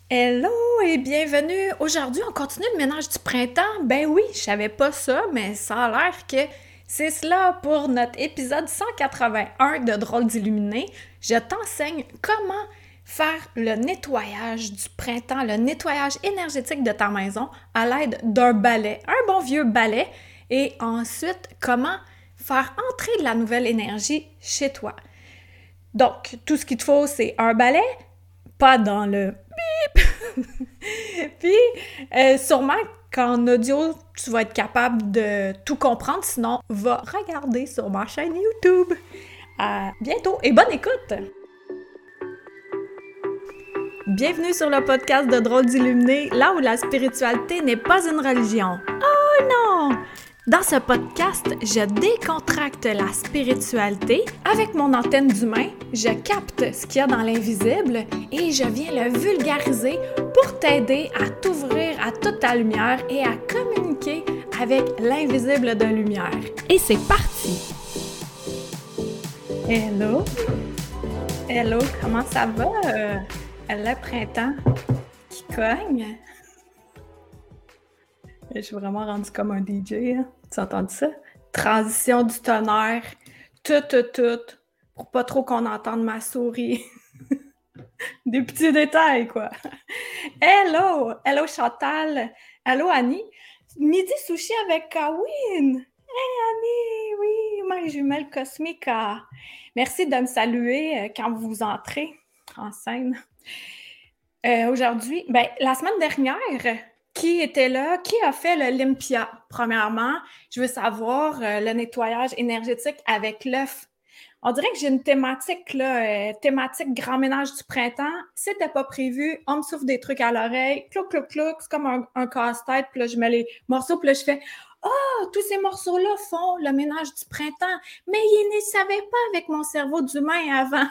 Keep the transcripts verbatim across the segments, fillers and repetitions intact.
Hello et bienvenue! Aujourd'hui, on continue le ménage du printemps. Ben oui, je savais pas ça, mais ça a l'air que c'est cela pour notre épisode cent quatre-vingt-un de Drôles d'Illuminés. Je t'enseigne comment faire le nettoyage du printemps, le nettoyage énergétique de ta maison à l'aide d'un balai, un bon vieux balai, et ensuite comment faire entrer de la nouvelle énergie chez toi. Donc, tout ce qu'il te faut, c'est un balai, pas dans le Puis, euh, sûrement qu'en audio, tu vas être capable de tout comprendre. Sinon, va regarder sur ma chaîne YouTube. À bientôt et bonne écoute! Bienvenue sur le podcast de Drôles d'Illuminés, là où la spiritualité n'est pas une religion. Oh non! Dans ce podcast, je décontracte la spiritualité. Avec mon antenne d'humain, je capte ce qu'il y a dans l'invisible et je viens le vulgariser pour t'aider à t'ouvrir à toute ta lumière et à communiquer avec l'invisible de lumière. Et c'est parti! Hello! Hello, comment ça va? Euh, le printemps qui cogne? Je suis vraiment rendue comme un D J, hein? Tu as entendu ça? Transition du tonnerre, tout, tout, tout, pour pas trop qu'on entende ma souris. Des petits détails, quoi. Hello! Hello Chantal! Hello Annie! Midi sushi avec Kawin! Hey Annie! Oui, ma jumelle cosmique! Merci de me saluer quand vous entrez en scène. Euh, aujourd'hui, ben, la semaine dernière, qui était là? Qui a fait le Limpia? Premièrement, je veux savoir euh, le nettoyage énergétique avec l'œuf. On dirait que j'ai une thématique, là, euh, thématique grand ménage du printemps. C'était pas prévu. On me souffle des trucs à l'oreille. Clouc, clouc, clouc. C'est comme un, un casse-tête. Puis là, je mets les morceaux. Puis là, je fais « Ah, oh, tous ces morceaux-là font le ménage du printemps. » Mais ils ne savaient pas avec mon cerveau d'humain avant.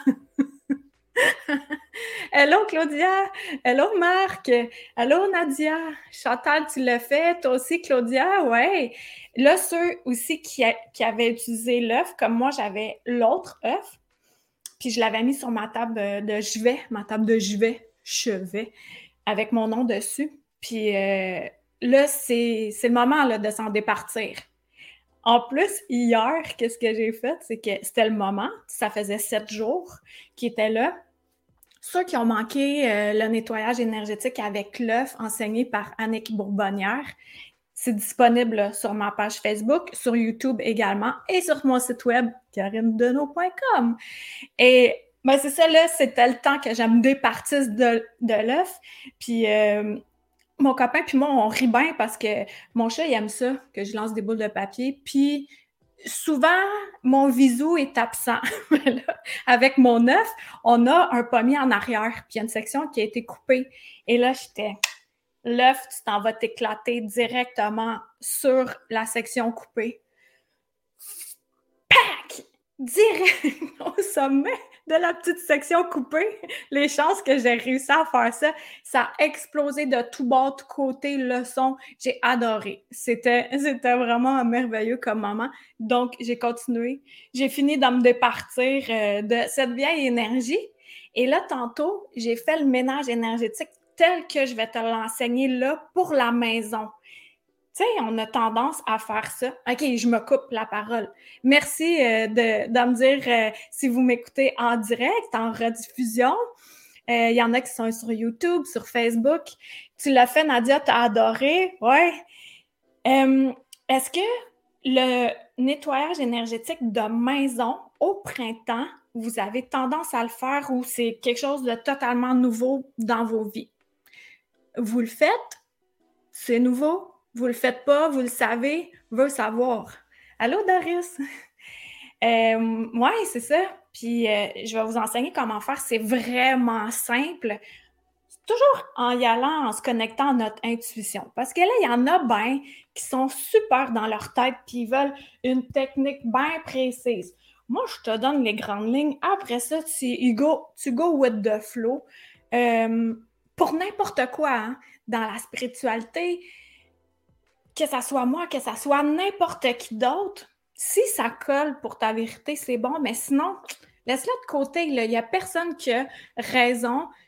Hello Claudia, hello Marc, hello Nadia, Chantal, tu l'as fait, toi aussi Claudia, ouais. Là, ceux aussi qui, a, qui avaient utilisé l'œuf, comme moi j'avais l'autre œuf, puis je l'avais mis sur ma table de chevet, ma table de chevet, chevet, avec mon nom dessus. Puis euh, là, c'est, c'est le moment là, de s'en départir. En plus, hier, qu'est-ce que j'ai fait? C'est que c'était le moment, ça faisait sept jours qu'il était là. Ceux qui ont manqué euh, le nettoyage énergétique avec l'œuf enseigné par Annick Bourbonnière, c'est disponible là, sur ma page Facebook, sur YouTube également et sur mon site web karine deneau point com. Et ben, c'est ça, là, c'était le temps que je me départisse de, de l'œuf. Puis euh, mon copain puis moi, on rit bien parce que mon chat, il aime ça, que je lance des boules de papier. Puis souvent, mon visou est absent. Avec mon œuf, on a un pommier en arrière, puis il y a une section qui a été coupée. Et là, j'étais, l'œuf, tu t'en vas t'éclater directement sur la section coupée. Pac! Direct au sommet de la petite section coupée. Les chances que j'ai réussi à faire ça, ça a explosé de tout bord, de tout côté, le son. J'ai adoré. C'était, c'était vraiment merveilleux comme moment. Donc, j'ai continué. J'ai fini de me départir euh, de cette vieille énergie. Et là, tantôt, j'ai fait le ménage énergétique tel que je vais te l'enseigner là pour la maison. Tu sais, on a tendance à faire ça. OK, je me coupe la parole. Merci euh, de, de me dire euh, si vous m'écoutez en direct, en rediffusion. Il euh, y en a qui sont sur YouTube, sur Facebook. Tu l'as fait, Nadia, t'as adoré. Ouais. Euh, est-ce que le nettoyage énergétique de maison au printemps, vous avez tendance à le faire ou c'est quelque chose de totalement nouveau dans vos vies? Vous le faites? C'est nouveau? Vous le faites pas, vous le savez, veut savoir. Allô, Doris? euh, oui, c'est ça. Puis, euh, je vais vous enseigner comment faire. C'est vraiment simple. C'est toujours en y allant, en se connectant à notre intuition. Parce que là, il y en a bien qui sont super dans leur tête puis ils veulent une technique bien précise. Moi, je te donne les grandes lignes. Après ça, tu, you go, tu go with the flow. Euh, pour n'importe quoi, hein, dans la spiritualité, que ça soit moi, que ça soit n'importe qui d'autre, si ça colle pour ta vérité, c'est bon, mais sinon, laisse-le de côté. Il n'y a personne qui a raison,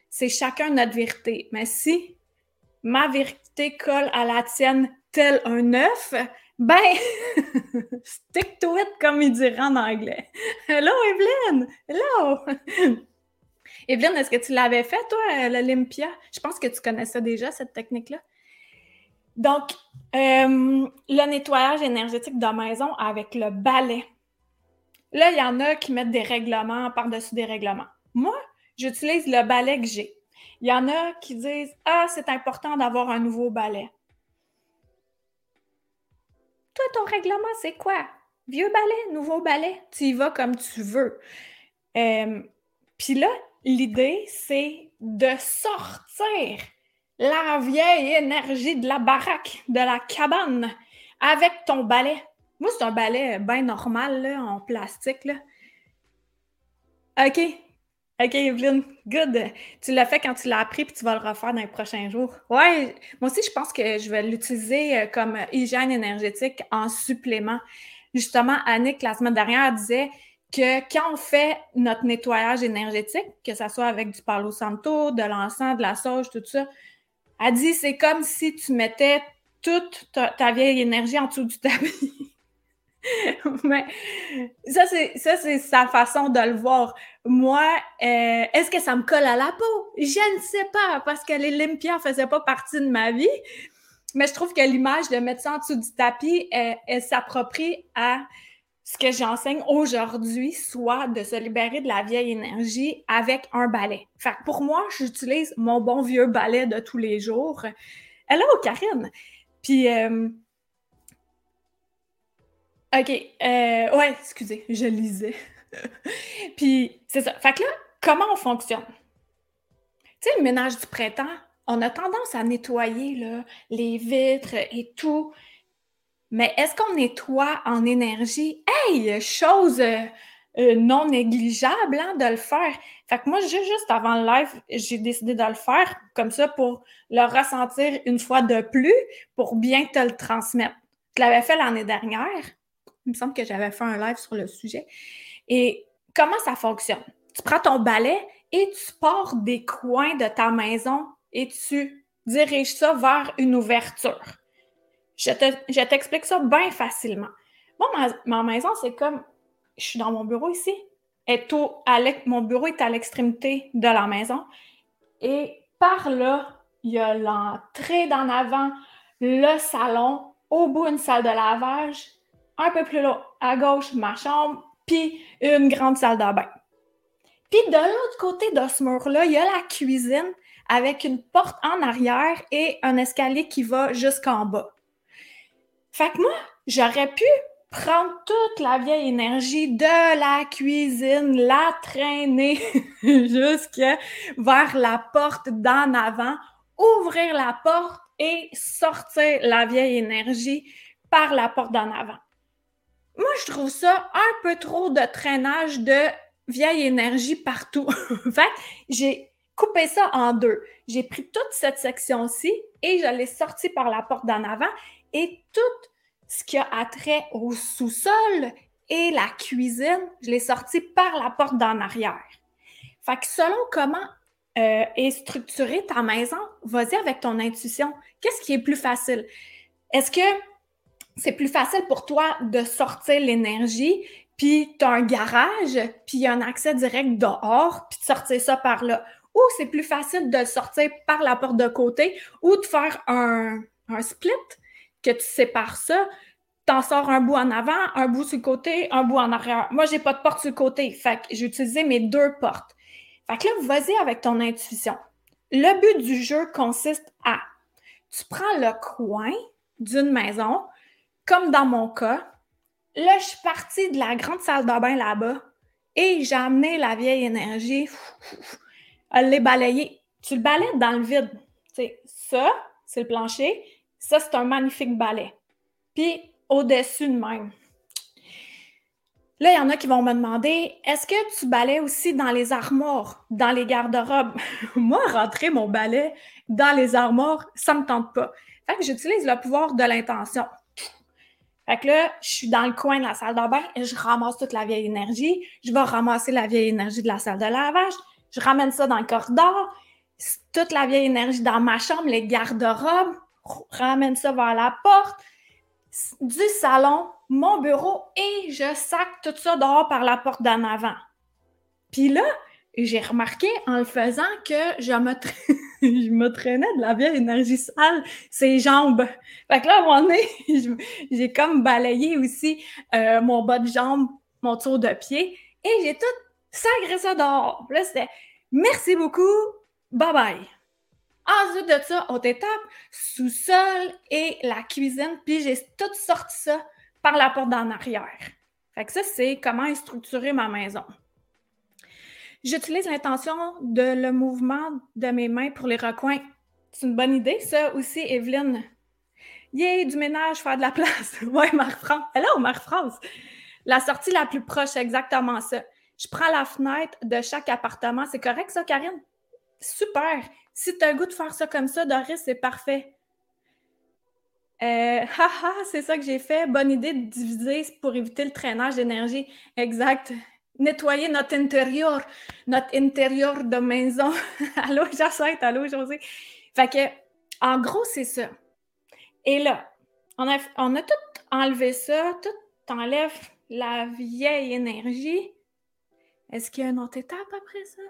c'est chacun notre vérité. Mais si ma vérité colle à la tienne tel un œuf, ben, stick to it, comme ils diraient en anglais. Hello, Evelyne! Hello! Evelyne, est-ce que tu l'avais fait, toi, l'Olympia? Je pense que tu connaissais déjà cette technique-là. Donc, euh, le nettoyage énergétique de maison avec le balai. Là, il y en a qui mettent des règlements par-dessus des règlements. Moi, j'utilise le balai que j'ai. Il y en a qui disent « Ah, c'est important d'avoir un nouveau balai. » Toi, ton règlement, c'est quoi? Vieux balai, nouveau balai? Tu y vas comme tu veux. Euh, Puis là, l'idée, c'est de sortir la vieille énergie de la baraque, de la cabane, avec ton balai. Moi, c'est un balai bien normal, là, en plastique, là. OK. OK, Evelyne, good. Tu l'as fait quand tu l'as appris, puis tu vas le refaire dans les prochains jours. Ouais, moi aussi, je pense que je vais l'utiliser comme hygiène énergétique en supplément. Justement, Annick, la semaine dernière, disait que quand on fait notre nettoyage énergétique, que ce soit avec du Palo Santo, de l'encens, de la sauge, tout ça, elle dit c'est comme si tu mettais toute ta, ta vieille énergie en dessous du tapis. Mais ça c'est, ça, c'est sa façon de le voir. Moi, euh, est-ce que ça me colle à la peau? Je ne sais pas, parce que l'Olympia ne faisait pas partie de ma vie. Mais je trouve que l'image de mettre ça en dessous du tapis, elle, elle s'approprie à ce que j'enseigne aujourd'hui, soit de se libérer de la vieille énergie avec un balai. Fait que pour moi, j'utilise mon bon vieux balai de tous les jours. Hello, Karine! Puis, euh, OK, euh, ouais, excusez, je lisais. Puis, c'est ça. Fait que là, comment on fonctionne? Tu sais, le ménage du printemps, on a tendance à nettoyer là, les vitres et tout. Mais est-ce qu'on nettoie en énergie? Hey, chose euh, euh, non négligeable hein, de le faire. Fait que moi, juste, juste avant le live, j'ai décidé de le faire comme ça pour le ressentir une fois de plus, pour bien te le transmettre. Je l'avais fait l'année dernière. Il me semble que j'avais fait un live sur le sujet. Et comment ça fonctionne? Tu prends ton balai et tu pars des coins de ta maison et tu diriges ça vers une ouverture. Je, te, je t'explique ça bien facilement. Moi, ma, ma maison, c'est comme... Je suis dans mon bureau ici. Et tout, à mon bureau est à l'extrémité de la maison. Et par là, il y a l'entrée d'en avant, le salon, au bout, une salle de lavage, un peu plus là, à gauche, ma chambre, puis une grande salle de bain. Puis de l'autre côté de ce mur-là, il y a la cuisine avec une porte en arrière et un escalier qui va jusqu'en bas. Fait que moi, j'aurais pu prendre toute la vieille énergie de la cuisine, la traîner jusqu'à vers la porte d'en avant, ouvrir la porte et sortir la vieille énergie par la porte d'en avant. Moi, je trouve ça un peu trop de traînage de vieille énergie partout. Fait que j'ai coupé ça en deux. J'ai pris toute cette section-ci et je l'ai sortie par la porte d'en avant et tout ce qui a attrait au sous-sol et la cuisine, je l'ai sorti par la porte d'en arrière. Fait que selon comment euh, est structurée ta maison, vas-y avec ton intuition. Qu'est-ce qui est plus facile? Est-ce que c'est plus facile pour toi de sortir l'énergie, puis tu as un garage, puis il y a un accès direct dehors, puis de sortir ça par là? Ou c'est plus facile de le sortir par la porte de côté ou de faire un, un split, que tu sépares ça, t'en sors un bout en avant, un bout sur le côté, un bout en arrière. Moi, j'ai pas de porte sur le côté, fait que j'ai utilisé mes deux portes. Fait que là, vas-y avec ton intuition. Le but du jeu consiste à, tu prends le coin d'une maison, comme dans mon cas. Là, je suis partie de la grande salle de bain là-bas et j'ai amené la vieille énergie, elle l'est balayée. Tu le balayes dans le vide. Tu sais, ça, c'est le plancher. Ça, c'est un magnifique balai. Puis, au-dessus de même. Là, il y en a qui vont me demander, est-ce que tu balais aussi dans les armoires, dans les garde-robes? Moi, rentrer mon balai dans les armoires, ça ne me tente pas. Fait que j'utilise le pouvoir de l'intention. Fait que là, je suis dans le coin de la salle de bain et je ramasse toute la vieille énergie. Je vais ramasser la vieille énergie de la salle de lavage. Je ramène ça dans le corridor. toute la vieille énergie dans ma chambre, les garde-robes, ramène ça vers la porte, du salon, mon bureau, et je sac tout ça dehors par la porte d'en avant. Puis là, j'ai remarqué en le faisant que je me, tra... je me traînais de la vieille énergie sale, ses jambes. Fait que là, à un moment donné, j'ai comme balayé aussi euh, mon bas de jambe, mon tour de pied, et j'ai tout sacré ça dehors. Là, c'était « Merci beaucoup, bye-bye ». Ensuite de ça, haute étape, sous-sol et la cuisine, puis j'ai tout sorti ça par la porte d'en arrière. Fait que ça, c'est comment structurer ma maison. J'utilise l'intention de le mouvement de mes mains pour les recoins. C'est une bonne idée, ça aussi, Evelyne. Yay, du ménage, faire de la place. Ouais, Marie-France. Hello, Marie-France. La sortie la plus proche, c'est exactement ça. Je prends la fenêtre de chaque appartement. C'est correct, ça, Karine? Super. Si tu as le goût de faire ça comme ça, Doris, c'est parfait. Euh, haha, c'est ça que j'ai fait. Bonne idée de diviser pour éviter le traînage d'énergie. Exact. Nettoyer notre intérieur, notre intérieur de maison. Allô, Jacinthe, allô, José. Fait que, en gros, c'est ça. Et là, on a, on a tout enlevé ça, tout enlève la vieille énergie. Est-ce qu'il y a une autre étape après ça?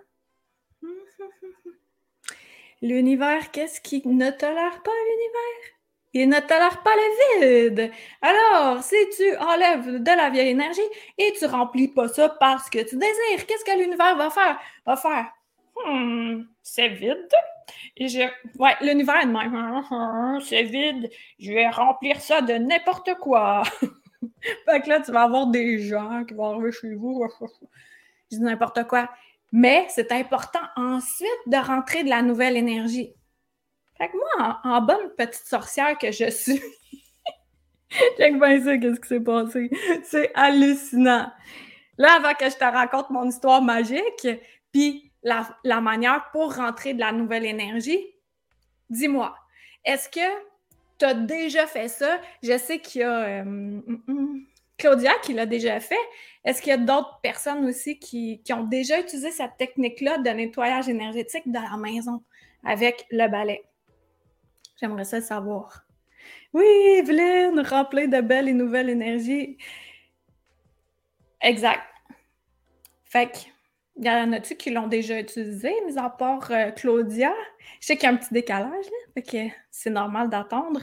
L'univers, qu'est-ce qui ne tolère pas l'univers? Il ne tolère pas le vide. Alors, si tu enlèves de la vieille énergie et tu remplis pas ça parce que tu désires, qu'est-ce que l'univers va faire? Va faire, hmm, c'est vide. Et je... Ouais, l'univers est de même. C'est vide. Je vais remplir ça de n'importe quoi. Fait que là, tu vas avoir des gens qui vont arriver chez vous. Je dis n'importe quoi. Mais c'est important ensuite de rentrer de la nouvelle énergie. Fait que moi, en, en bonne petite sorcière que je suis, check bien ça, qu'est-ce qui s'est passé. C'est hallucinant. Là, avant que je te raconte mon histoire magique, puis la, la manière pour rentrer de la nouvelle énergie, dis-moi, est-ce que tu as déjà fait ça? Je sais qu'il y a euh, mm, mm, Claudia qui l'a déjà fait. Est-ce qu'il y a d'autres personnes aussi qui, qui ont déjà utilisé cette technique-là de nettoyage énergétique de la maison avec le balai? J'aimerais ça le savoir. Oui, Evelyne, remplie de belles et nouvelles énergies. Exact. Fait que, y en a-tu qui l'ont déjà utilisé, mis à part euh, Claudia? Je sais qu'il y a un petit décalage, là, fait que c'est normal d'attendre.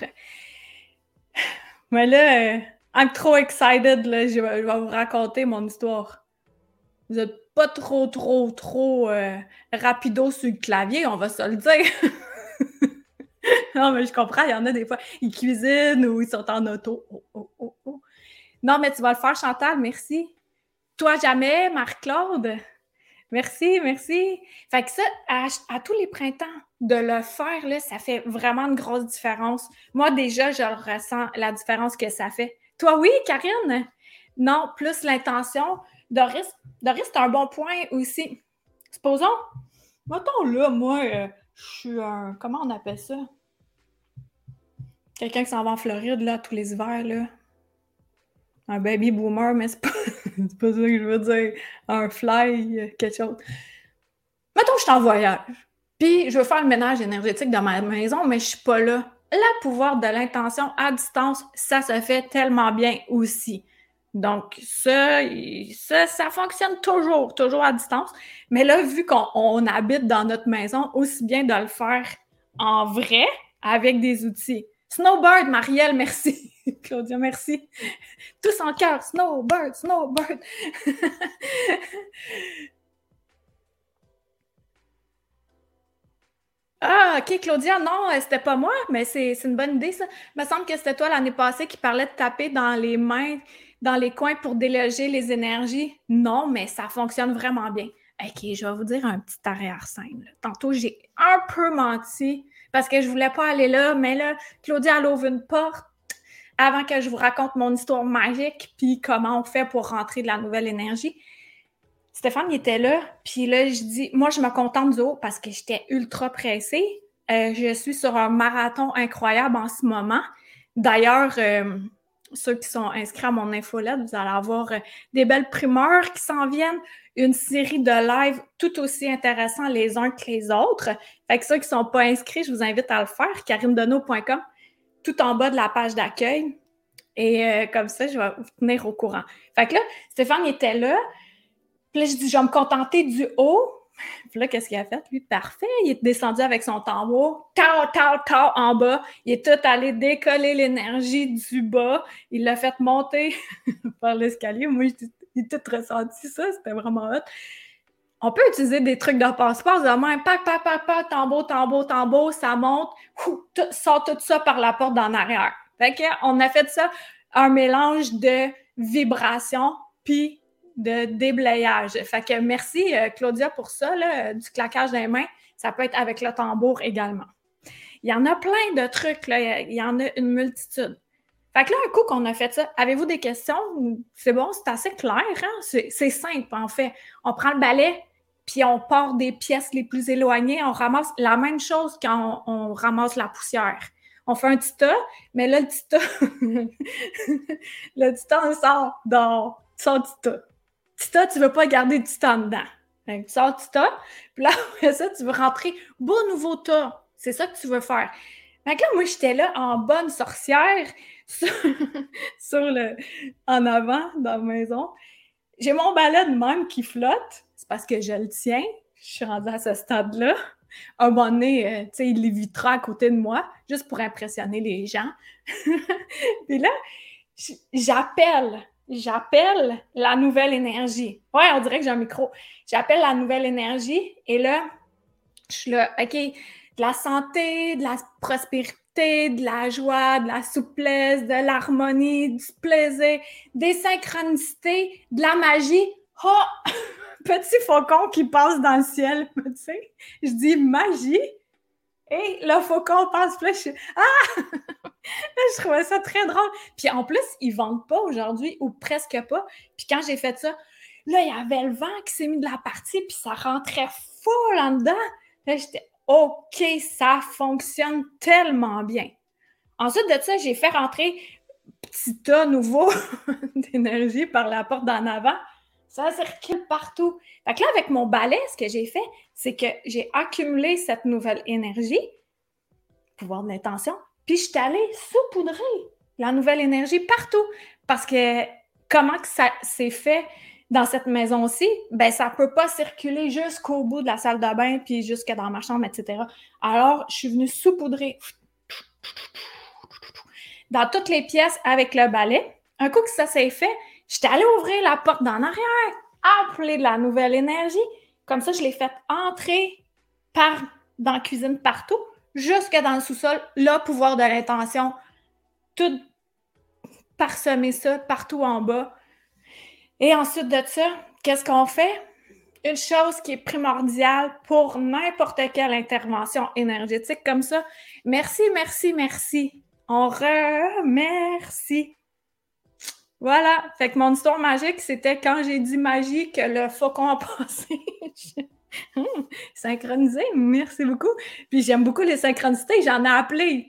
Mais là, euh, I'm trop excited, là, je vais, je vais vous raconter mon histoire. Vous êtes pas trop, trop, trop euh, rapido sur le clavier, on va se le dire. Non, mais je comprends, il y en a des fois, ils cuisinent ou ils sont en auto. Oh, oh, oh, oh. Non, mais tu vas le faire, Chantal, merci. Toi, jamais, Marc-Claude. Merci, merci. Fait que ça, à, à tous les printemps, de le faire, là, ça fait vraiment une grosse différence. Moi, déjà, je ressens la différence que ça fait. Toi, oui, Karine? Non, plus l'intention. Doris, Doris, c'est un bon point aussi. Supposons, mettons là, moi, euh, je suis un... Comment on appelle ça? Quelqu'un qui s'en va en Floride, là, tous les hivers, là. Un baby boomer, mais c'est pas, c'est pas ça que je veux dire. Un fly, quelque chose. Mettons, je suis en voyage. Puis, je veux faire le ménage énergétique dans ma maison, mais je suis pas là. Le pouvoir de l'intention à distance, ça se fait tellement bien aussi. Donc, ça, ça, ça fonctionne toujours, toujours à distance. Mais là, vu qu'on on habite dans notre maison, aussi bien de le faire en vrai avec des outils. Snowbird, Marielle, merci. Claudia, merci. Tous en cœur. Snowbird, Snowbird. Ah, OK, Claudia, non, c'était pas moi, mais c'est, c'est une bonne idée, ça. Il me semble que c'était toi l'année passée qui parlait de taper dans les mains, dans les coins pour déloger les énergies. Non, mais ça fonctionne vraiment bien. OK, je vais vous dire un petit arrière-scène. Là. Tantôt, j'ai un peu menti parce que je voulais pas aller là, mais là, Claudia, elle ouvre une porte avant que je vous raconte mon histoire magique puis comment on fait pour rentrer de la nouvelle énergie. Stéphane, il était là, puis là, je dis, moi, je me contente du haut parce que j'étais ultra pressée. Euh, je suis sur un marathon incroyable en ce moment. D'ailleurs, euh, ceux qui sont inscrits à mon infolette, vous allez avoir euh, des belles primeurs qui s'en viennent, une série de lives tout aussi intéressants les uns que les autres. Fait que ceux qui ne sont pas inscrits, je vous invite à le faire, karine deneau point com, tout en bas de la page d'accueil. Et euh, comme ça, je vais vous tenir au courant. Fait que là, Stéphane était là. Puis là, je dis, je vais me contenter du haut. Puis là, qu'est-ce qu'il a fait? Lui, parfait. Il est descendu avec son tambour. Tao, tao, tao, en bas. Il est tout allé décoller l'énergie du bas. Il l'a fait monter par l'escalier. Moi, j'ai tout ressenti ça. C'était vraiment hot. On peut utiliser des trucs de passe-passe de même. Pac, pac, pac, pac, tambour, tambour, tambour. Ça monte. Ouh, tout, sort tout ça par la porte d'en arrière. Fait qu'on a fait ça, un mélange de vibration puis de déblayage. Fait que merci, euh, Claudia, pour ça, là, du claquage des mains. Ça peut être avec le tambour également. Il y en a plein de trucs, là. Il y en a une multitude. Fait que là, un coup qu'on a fait ça, avez-vous des questions? C'est bon, c'est assez clair, hein? C'est, c'est simple, en fait. On prend le balai, puis on part des pièces les plus éloignées, on ramasse la même chose quand on, on ramasse la poussière. On fait un petit tas, mais là, le petit tas, le petit tas, on sort dans son petit tas. Petit tas, tu ne veux pas garder du tas dedans. Donc, tu sors du tas, puis là, après ça, tu veux rentrer beau nouveau tas. C'est ça que tu veux faire. Fait que là, moi, j'étais là en bonne sorcière sur, sur le, en avant dans la maison. J'ai mon balai de même qui flotte. C'est parce que je le tiens. Je suis rendue à ce stade-là. Un moment donné, euh, tu sais, il lévitera à côté de moi, juste pour impressionner les gens. Puis là, j'appelle, j'appelle la nouvelle énergie. Ouais, on dirait que j'ai un micro. J'appelle la nouvelle énergie et là, je suis là, OK, de la santé, de la prospérité, de la joie, de la souplesse, de l'harmonie, du plaisir, des synchronicités, de la magie. Oh! Petit faucon qui passe dans le ciel, tu sais. Je dis magie. Et le faucon passe, puis là, je suis... Ah! Là, je trouvais ça très drôle. Puis en plus, ils vendent pas aujourd'hui, ou presque pas. Puis quand j'ai fait ça, là, il y avait le vent qui s'est mis de la partie, puis ça rentrait full en dedans. Là, j'étais OK, ça fonctionne tellement bien. Ensuite de ça, j'ai fait rentrer petit tas nouveau d'énergie par la porte d'en avant. Ça circule partout. Fait que là, avec mon balai, ce que j'ai fait, c'est que j'ai accumulé cette nouvelle énergie, pouvoir de l'intention, puis je suis allée saupoudrer la nouvelle énergie partout. Parce que comment que ça s'est fait dans cette maison-ci? Ben, ça ne peut pas circuler jusqu'au bout de la salle de bain, puis jusque dans ma chambre, et cetera. Alors, je suis venue saupoudrer dans toutes les pièces avec le balai. Un coup que ça s'est fait, j'étais allée ouvrir la porte d'en arrière, appeler de la nouvelle énergie. Comme ça, je l'ai fait entrer par, dans la cuisine partout, jusque dans le sous-sol. Le pouvoir de l'intention, tout parsemer ça partout en bas. Et ensuite de ça, qu'est-ce qu'on fait? Une chose qui est primordiale pour n'importe quelle intervention énergétique comme ça. Merci, merci, merci. On remercie. Voilà. Fait que mon histoire magique, c'était quand j'ai dit magie que le faucon a passé. hum, synchronisé, merci beaucoup. Puis j'aime beaucoup les synchronicités, j'en ai appelé.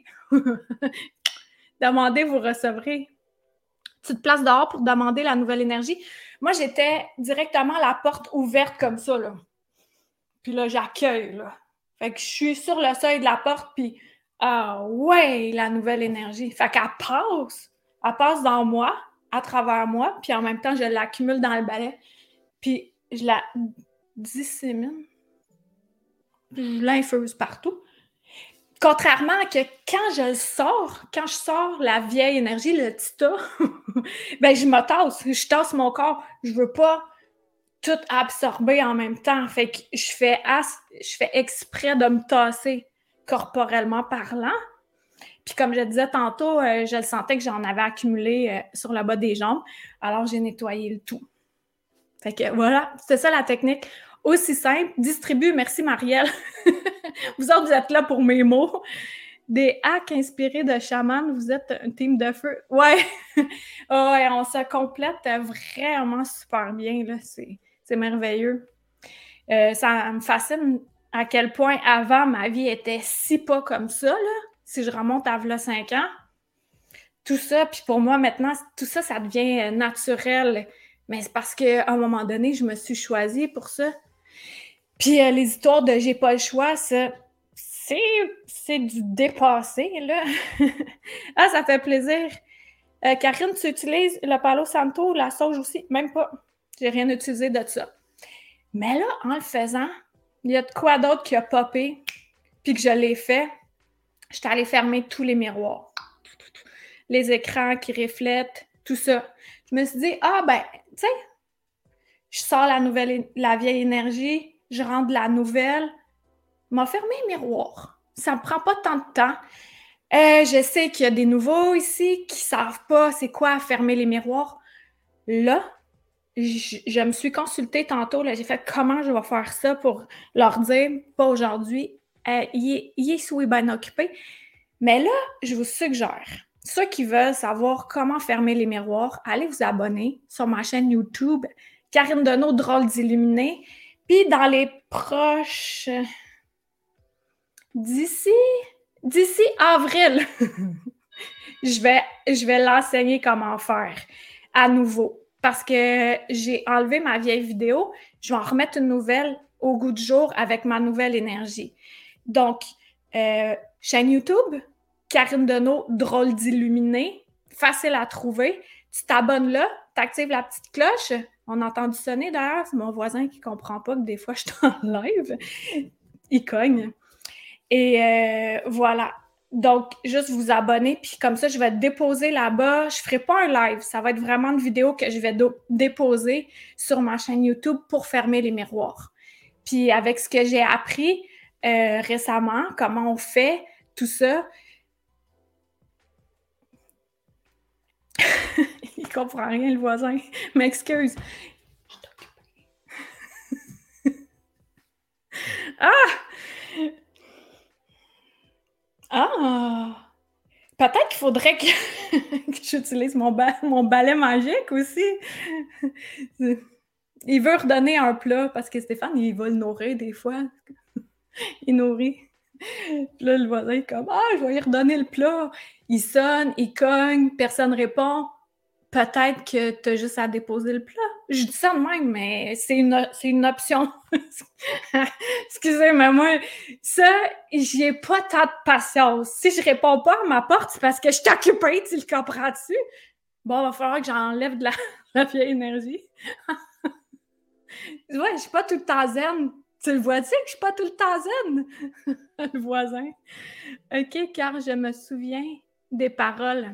Demandez, vous recevrez. Petite place dehors pour demander la nouvelle énergie. Moi, j'étais directement la porte ouverte comme ça, là. Puis là, j'accueille, là. Fait que je suis sur le seuil de la porte, puis ah ouais, la nouvelle énergie. Fait qu'elle passe. Elle passe dans moi, à travers moi, puis en même temps, je l'accumule dans le balai. Puis je la dissémine. Puis je l'infuse partout. Contrairement à que quand je le sors, quand je sors la vieille énergie, le petit tas, ben je me tasse, je tasse mon corps. Je veux pas tout absorber en même temps. Fait que je fais, as, je fais exprès de me tasser corporellement parlant. Puis comme je disais tantôt, euh, je le sentais que j'en avais accumulé euh, sur le bas des jambes. Alors j'ai nettoyé le tout. Fait que voilà, c'est ça la technique. Aussi simple, distribue, merci Marielle. Vous autres, vous êtes là pour mes mots. Des hacks inspirés de chaman, vous êtes un team de feu. Ouais, oh, ouais, on se complète vraiment super bien, là. C'est, c'est merveilleux. Euh, ça me fascine à quel point avant, ma vie était si pas comme ça, là. Si je remonte à v'là cinq ans, tout ça. Puis pour moi, maintenant, tout ça, ça devient naturel. Mais c'est parce qu'à un moment donné, je me suis choisie pour ça. Puis euh, les histoires de j'ai pas le choix, ça, c'est, c'est du dépassé, là. Ah, ça fait plaisir. Euh, Karine, tu utilises le Palo Santo, la sauge aussi? Même pas. J'ai rien utilisé de ça. Mais là, en le faisant, il y a de quoi d'autre qui a popé, puis que je l'ai fait. J'étais allée fermer tous les miroirs. Les écrans qui reflètent, tout ça. Je me suis dit, ah ben, tu sais, je sors la nouvelle, la vieille énergie, je rentre de la nouvelle. M'a fermé les miroirs. Ça me prend pas tant de temps. Euh, je sais qu'il y a des nouveaux ici qui savent pas c'est quoi fermer les miroirs. Là, je, je me suis consultée tantôt. Là, j'ai fait comment je vais faire ça pour leur dire, pas aujourd'hui, euh, il est, il est sous et bien occupé. Mais là, je vous suggère, ceux qui veulent savoir comment fermer les miroirs, allez vous abonner sur ma chaîne YouTube, Karine Deneau, Drôle d'Illuminée. Puis dans les proches... D'ici, d'ici avril, je vais, je vais l'enseigner comment faire à nouveau. Parce que j'ai enlevé ma vieille vidéo, je vais en remettre une nouvelle au goût du jour avec ma nouvelle énergie. Donc, euh, chaîne YouTube, Karine Deneau, Drôle d'Illuminée, facile à trouver. Tu t'abonnes là, tu actives la petite cloche. On a entendu sonner d'ailleurs, c'est mon voisin qui ne comprend pas que des fois je t'enlève. Il cogne. Et euh, voilà. Donc, juste vous abonner, puis comme ça, je vais déposer là-bas. Je ne ferai pas un live. Ça va être vraiment une vidéo que je vais do- déposer sur ma chaîne YouTube pour fermer les miroirs. Puis avec ce que j'ai appris euh, récemment, comment on fait tout ça. Il comprend rien, le voisin. M'excuse. Ah! Ah! Peut-être qu'il faudrait que, que j'utilise mon, ba- mon balai magique aussi. Il veut redonner un plat parce que Stéphane, il va le nourrir des fois. Il nourrit. Puis là, le voisin est comme « Ah, je vais lui redonner le plat. » Il sonne, il cogne, personne ne répond. Peut-être que tu as juste à déposer le plat. Je dis ça de même, mais c'est une, c'est une option. Excusez, mais moi, ça, j'y ai pas tant de patience. Si je réponds pas à ma porte, c'est parce que je suis occupée, tu le comprends-tu? Bon, il va falloir que j'enlève de la, la vieille énergie. Ouais, je suis pas tout le temps zen. Tu le vois-tu que je suis pas tout le temps zen? Le voisin. OK, car je me souviens des paroles.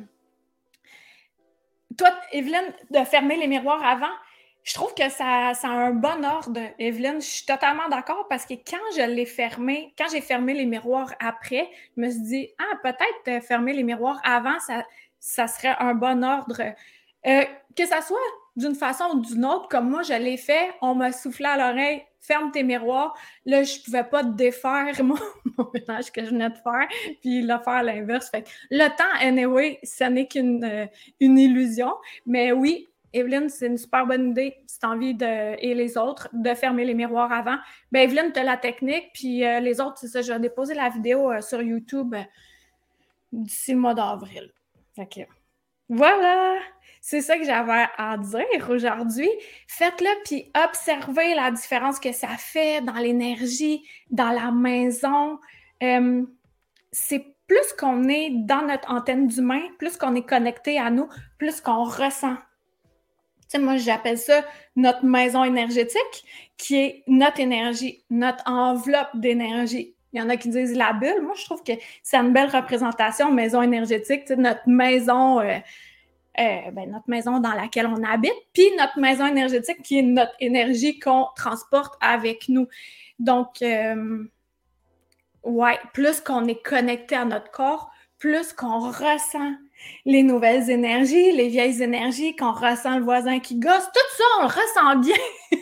Toi, Evelyne, de fermer les miroirs avant, je trouve que ça, ça a un bon ordre, Evelyne. Je suis totalement d'accord parce que quand je l'ai fermé, quand j'ai fermé les miroirs après, je me suis dit, ah, peut-être fermer les miroirs avant, ça, ça serait un bon ordre. Euh, que ça soit d'une façon ou d'une autre, comme moi, je l'ai fait, on m'a soufflé à l'oreille, ferme tes miroirs. Là, je pouvais pas défaire mon, mon ménage que je venais de faire, puis le faire à l'inverse. Fait que le temps, anyway, ce n'est qu'une euh, une illusion. Mais oui, Evelyne, c'est une super bonne idée, si tu as envie de, et les autres, de fermer les miroirs avant. Ben, Evelyne, tu as la technique, puis euh, les autres, c'est ça, je vais déposer la vidéo euh, sur YouTube euh, d'ici le mois d'avril. Fait que, voilà! C'est ça que j'avais à dire aujourd'hui. Faites-le, puis observez la différence que ça fait dans l'énergie, dans la maison. Euh, c'est plus qu'on est dans notre antenne d'humain, plus qu'on est connecté à nous, plus qu'on ressent. Tu sais, moi, j'appelle ça notre maison énergétique, qui est notre énergie, notre enveloppe d'énergie. Il y en a qui disent la bulle. Moi, je trouve que c'est une belle représentation, maison énergétique, tu sais, notre maison... Euh, Euh, ben, notre maison dans laquelle on habite, puis notre maison énergétique qui est notre énergie qu'on transporte avec nous. Donc, euh, ouais, plus qu'on est connecté à notre corps, plus qu'on ressent les nouvelles énergies, les vieilles énergies, qu'on ressent le voisin qui gosse, tout ça, on le ressent bien.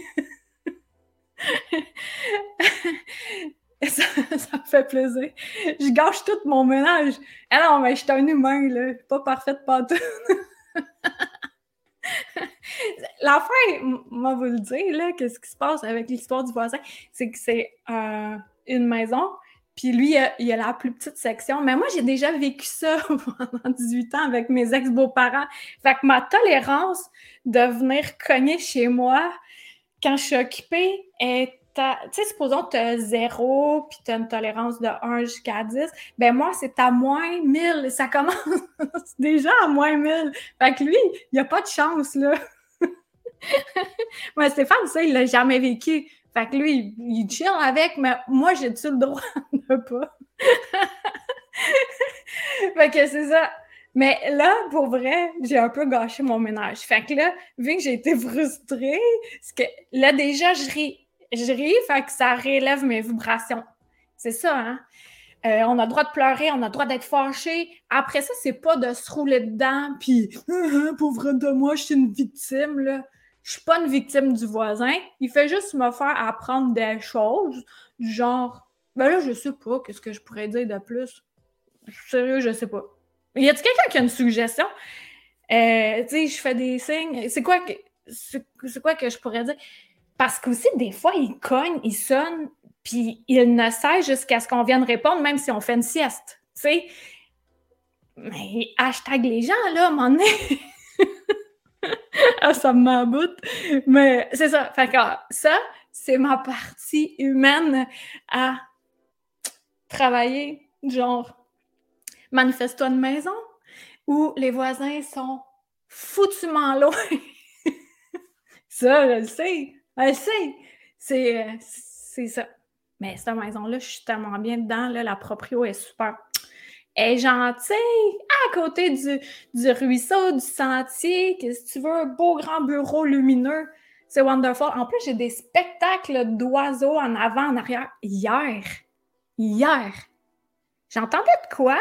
ça, ça me fait plaisir. Je gâche tout mon ménage. Ah non, mais je suis un humain, là, pas parfaite partout. L'affaire, moi vous le dire, là, qu'est-ce qui se passe avec l'histoire du voisin, c'est que c'est euh, une maison, Puis lui, il a, il a la plus petite section. Mais moi, j'ai déjà vécu ça pendant dix-huit ans avec mes ex-beaux-parents. Fait que ma tolérance de venir cogner chez moi quand je suis occupée est à... Tu sais, supposons que tu as zéro puis tu as une tolérance de un jusqu'à dix. Ben moi, c'est à moins mille. Ça commence déjà à moins mille. Fait que lui, il n'y a pas de chance, là. Ouais, Stéphane, ça, il l'a jamais vécu. Fait que lui, il, il chill avec, mais moi, j'ai-tu le droit de pas? Fait que c'est ça. Mais là, pour vrai, j'ai un peu gâché mon ménage. Fait que là, vu que j'ai été frustrée, c'est que là, déjà, je ris. Je ris, fait que ça relève mes vibrations. C'est ça, hein? Euh, on a le droit de pleurer, on a le droit d'être fâché. Après ça, c'est pas de se rouler dedans, puis « pauvre de moi, je suis une victime, là. » Je suis pas une victime du voisin. Il fait juste me faire apprendre des choses, du genre « ben là, je sais pas, qu'est-ce que je pourrais dire de plus? » Sérieux, je sais pas. Y a-t-il quelqu'un qui a une suggestion? Euh, tu sais, je fais des signes. C'est quoi que c'est, c'est quoi que je pourrais dire? Parce qu'aussi, des fois, il cogne, il sonne, puis il ne cesse jusqu'à ce qu'on vienne répondre, même si on fait une sieste. Tu sais? Mais hashtag les gens, là, à un moment donné. Ah, ça me met à bout. Mais c'est ça. Fait que ah, ça, c'est ma partie humaine à travailler. Genre, manifeste-toi une maison où les voisins sont foutument loin. Ça, je le sais. Je le sais. C'est, euh, c'est ça. Mais cette maison-là, je suis tellement bien dedans. Là, la proprio est super. Elle est gentille, à côté du, du ruisseau, du sentier, que si tu veux, un beau grand bureau lumineux. C'est wonderful. En plus, j'ai des spectacles d'oiseaux en avant, en arrière. Hier, hier, j'entendais de quoi?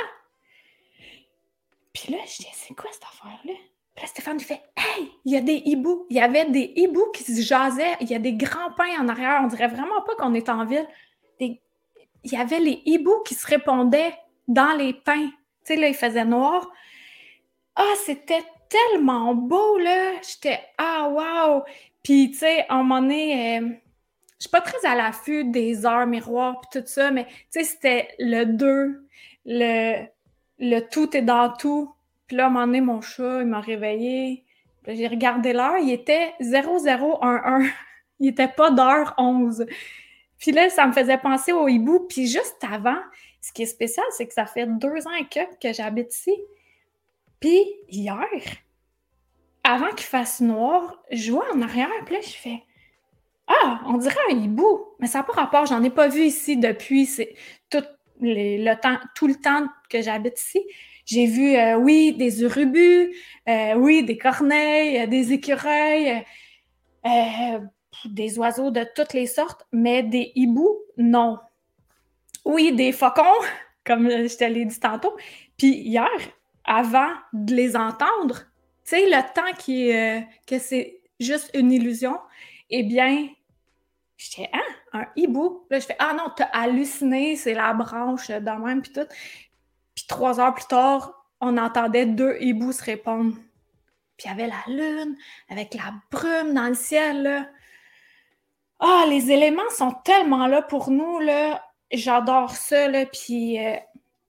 Puis là, je dis, c'est quoi cette affaire-là? Puis là, Stéphane, il fait, hey, il y a des hiboux. Il y avait des hiboux qui se jasaient. Il y a des grands pins en arrière. On dirait vraiment pas qu'on est en ville. Des... Il y avait les hiboux qui se répondaient dans les pins. Tu sais, là, il faisait noir. Ah, c'était tellement beau, là! J'étais, ah, wow! Puis, tu sais, à un moment donné, euh, je suis pas très à l'affût des heures miroirs puis tout ça, mais, tu sais, c'était le deux, le, le tout est dans tout. Puis là, à un moment donné, mon chat, il m'a réveillée. Puis j'ai regardé l'heure, il était zéro zéro un un. Il était pas d'heure onze. Puis là, ça me faisait penser au hibou. Puis juste avant, ce qui est spécial, c'est que ça fait deux ans et quelques que j'habite ici. Puis hier, avant qu'il fasse noir, je vois en arrière, puis là, je fais « Ah, on dirait un hibou! » Mais ça n'a pas rapport, j'en ai pas vu ici depuis c'est tout, les, le temps, tout le temps que j'habite ici. J'ai vu, euh, oui, des urubus, euh, oui, des corneilles, euh, des écureuils, euh, des oiseaux de toutes les sortes, mais des hiboux, non. Oui, des faucons, comme je te l'ai dit tantôt. Puis hier, avant de les entendre, tu sais, le temps qui est, euh, que c'est juste une illusion, eh bien, j'étais, hein, un hibou? Là, je fais, ah non, t'as halluciné, c'est la branche de même, puis tout. Puis trois heures plus tard, on entendait deux hiboux se répondre. Puis il y avait la lune, avec la brume dans le ciel, là. Ah, les éléments sont tellement là pour nous, là. J'adore ça, là, puis... Euh...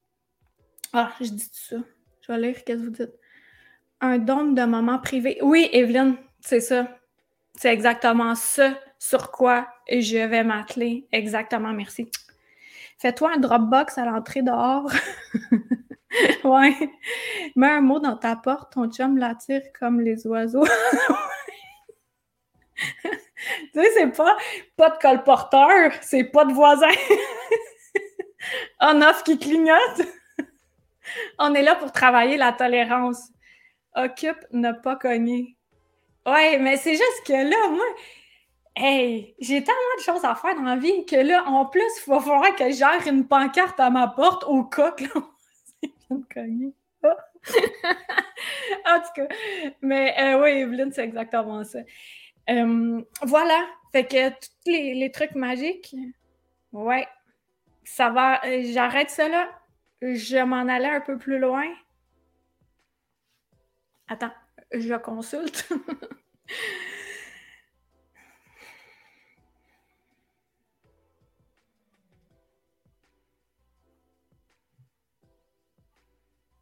Ah, je dis tout ça. Je vais lire, qu'est-ce que vous dites? Un don de moment privé. Oui, Evelyne, c'est ça. C'est exactement ça sur quoi je vais m'atteler. Exactement, merci. Fais-toi un Dropbox à l'entrée dehors. Ouais. Mets un mot dans ta porte, ton chum l'attire comme les oiseaux. Tu sais, c'est pas pas de colporteur, c'est pas de voisin. On-off qui clignote. On est là pour travailler la tolérance. Occupe, ne pas cogner. Ouais, mais c'est juste que là, moi, hey, j'ai tellement de choses à faire dans la vie que là, en plus, il va falloir que je gère une pancarte à ma porte au cas que là, on vient de cogner. Oh. En tout cas, mais euh, oui, Evelyne, c'est exactement ça. Euh, voilà, fait que tous les, les trucs magiques, ouais, ça va, j'arrête ça là. Je m'en allais un peu plus loin. Attends, je consulte.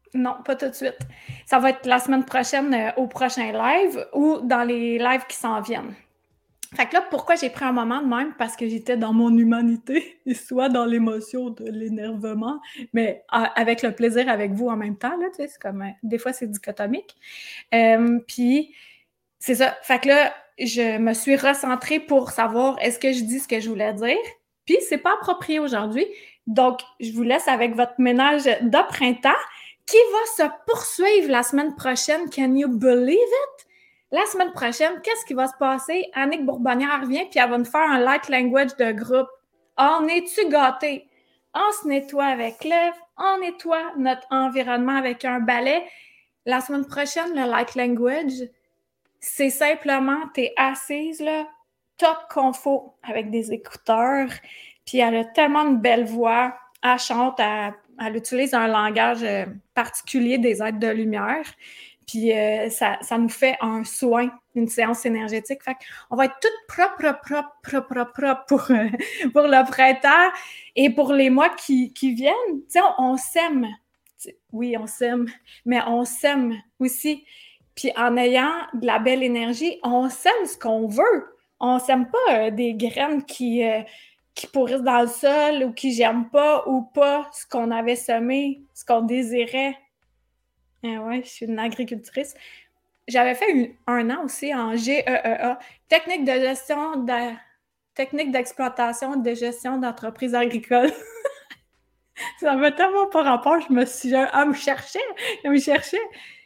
Non, pas tout de suite. Ça va être la semaine prochaine euh, au prochain live ou dans les lives qui s'en viennent. Fait que là, pourquoi j'ai pris un moment de même? Parce que j'étais dans mon humanité, et soit dans l'émotion de l'énervement, mais euh, avec le plaisir avec vous en même temps, là, tu sais, c'est comme, euh, des fois, c'est dichotomique. Euh, Puis, c'est ça. Fait que là, je me suis recentrée pour savoir est-ce que je dis ce que je voulais dire. Puis, c'est pas approprié aujourd'hui. Donc, je vous laisse avec votre ménage de printemps qui va se poursuivre la semaine prochaine. Can you believe it? La semaine prochaine, qu'est-ce qui va se passer? Annick Bourbonnière revient puis elle va nous faire un light language de groupe. On est-tu gâtés? On se nettoie avec l'œuf, on nettoie notre environnement avec un balai. La semaine prochaine, le light language, c'est simplement, t'es assise là, top confo avec des écouteurs, puis elle a tellement une belle voix, elle chante, elle, elle utilise un langage particulier des êtres de lumière. Puis euh, ça, ça nous fait un soin, une séance énergétique. Fait qu'on va être toutes propres, propres, propres, propres pour, euh, pour le printemps et pour les mois qui, qui viennent. Tu sais, on, on s'aime. Oui, on s'aime, mais on s'aime aussi. Puis en ayant de la belle énergie, on sème ce qu'on veut. On sème pas euh, des graines qui, euh, qui pourrissent dans le sol ou qui germent pas ou pas ce qu'on avait semé, ce qu'on désirait. Eh ouais, je suis une agricultrice. J'avais fait une, un an aussi en G E E A, technique de gestion de, technique d'exploitation et de gestion d'entreprises agricoles. Ça m'a tellement pas rapport, je me suis... Ah, me cherchait, je me cherchais.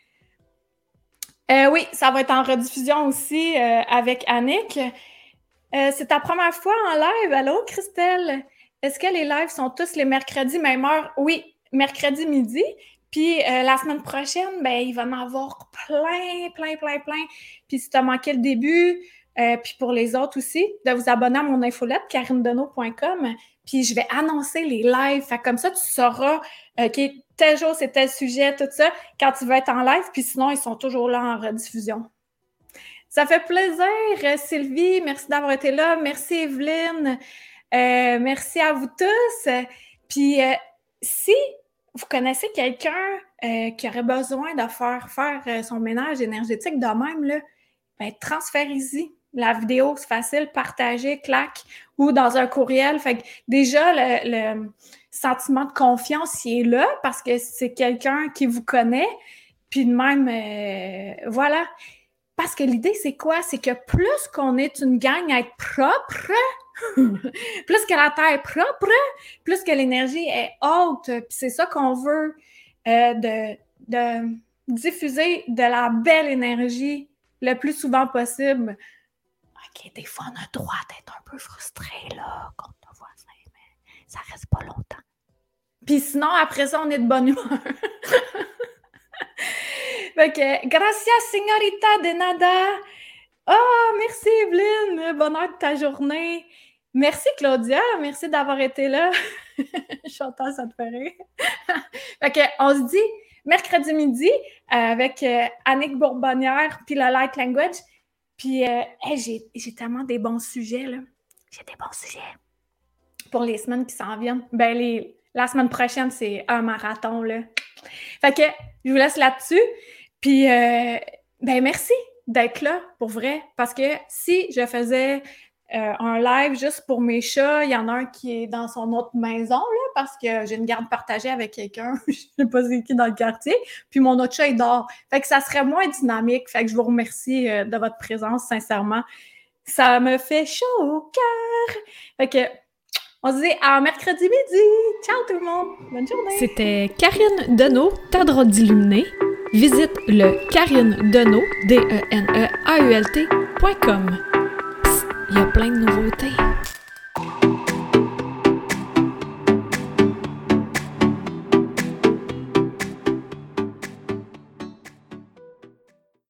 Euh, oui, ça va être en rediffusion aussi euh, avec Annick. Euh, c'est ta première fois en live. Allô, Christelle? Est-ce que les lives sont tous les mercredis, même heure? Oui, mercredi midi. Puis euh, la semaine prochaine, ben, il va en avoir plein, plein, plein, plein. Puis si tu as manqué le début, euh, puis pour les autres aussi, de vous abonner à mon infolette, karine deneau point com. Puis je vais annoncer les lives. Fait comme ça, tu sauras, OK, tel jour, c'est tel sujet, tout ça, quand tu vas être en live. Puis sinon, ils sont toujours là en rediffusion. Ça fait plaisir, Sylvie. Merci d'avoir été là. Merci, Evelyne. Euh, merci à vous tous. Puis euh, si vous connaissez quelqu'un euh, qui aurait besoin de faire faire euh, son ménage énergétique de même, là, ben, transférez-y. La vidéo, c'est facile, partagez, clac, ou dans un courriel. Fait que déjà, le, le sentiment de confiance, il est là parce que c'est quelqu'un qui vous connaît. Puis de même, euh, voilà. Parce que l'idée, c'est quoi? C'est que plus qu'on est une gang à être propre, plus que la terre est propre, plus que l'énergie est haute. Puis c'est ça qu'on veut, euh, de, de diffuser de la belle énergie le plus souvent possible. OK, des fois, on a le droit d'être un peu frustré, là, contre nos voisins, mais ça reste pas longtemps. Puis sinon, après ça, on est de bonne humeur. Fait que, gracias, señorita de nada. Ah, oh, merci, Evelyne. Bonheur de ta journée. Merci, Claudia. Merci d'avoir été là. Chantal, ça te fait rire. Fait que, on se dit mercredi midi avec euh, Annick Bourbonnière puis la Light Language. Puis, euh, hey, j'ai, j'ai tellement des bons sujets, là. J'ai des bons sujets pour les semaines qui s'en viennent. Ben, les, la semaine prochaine, c'est un marathon, là. Fait que, je vous laisse là-dessus. Puis, euh, ben merci d'être là, pour vrai. Parce que si je faisais euh, un live juste pour mes chats, il y en a un qui est dans son autre maison, là, parce que j'ai une garde partagée avec quelqu'un, je sais pas c'est qui dans le quartier, puis mon autre chat, il dort. Fait que ça serait moins dynamique. Fait que je vous remercie euh, de votre présence, sincèrement. Ça me fait chaud au cœur. Fait que, on se dit à mercredi midi. Ciao tout le monde. Bonne journée. C'était Karine Deneau, ta droite d'illuminé. Visite le Karine Deneau, D E N E A U L T point com. Il y a plein de nouveautés.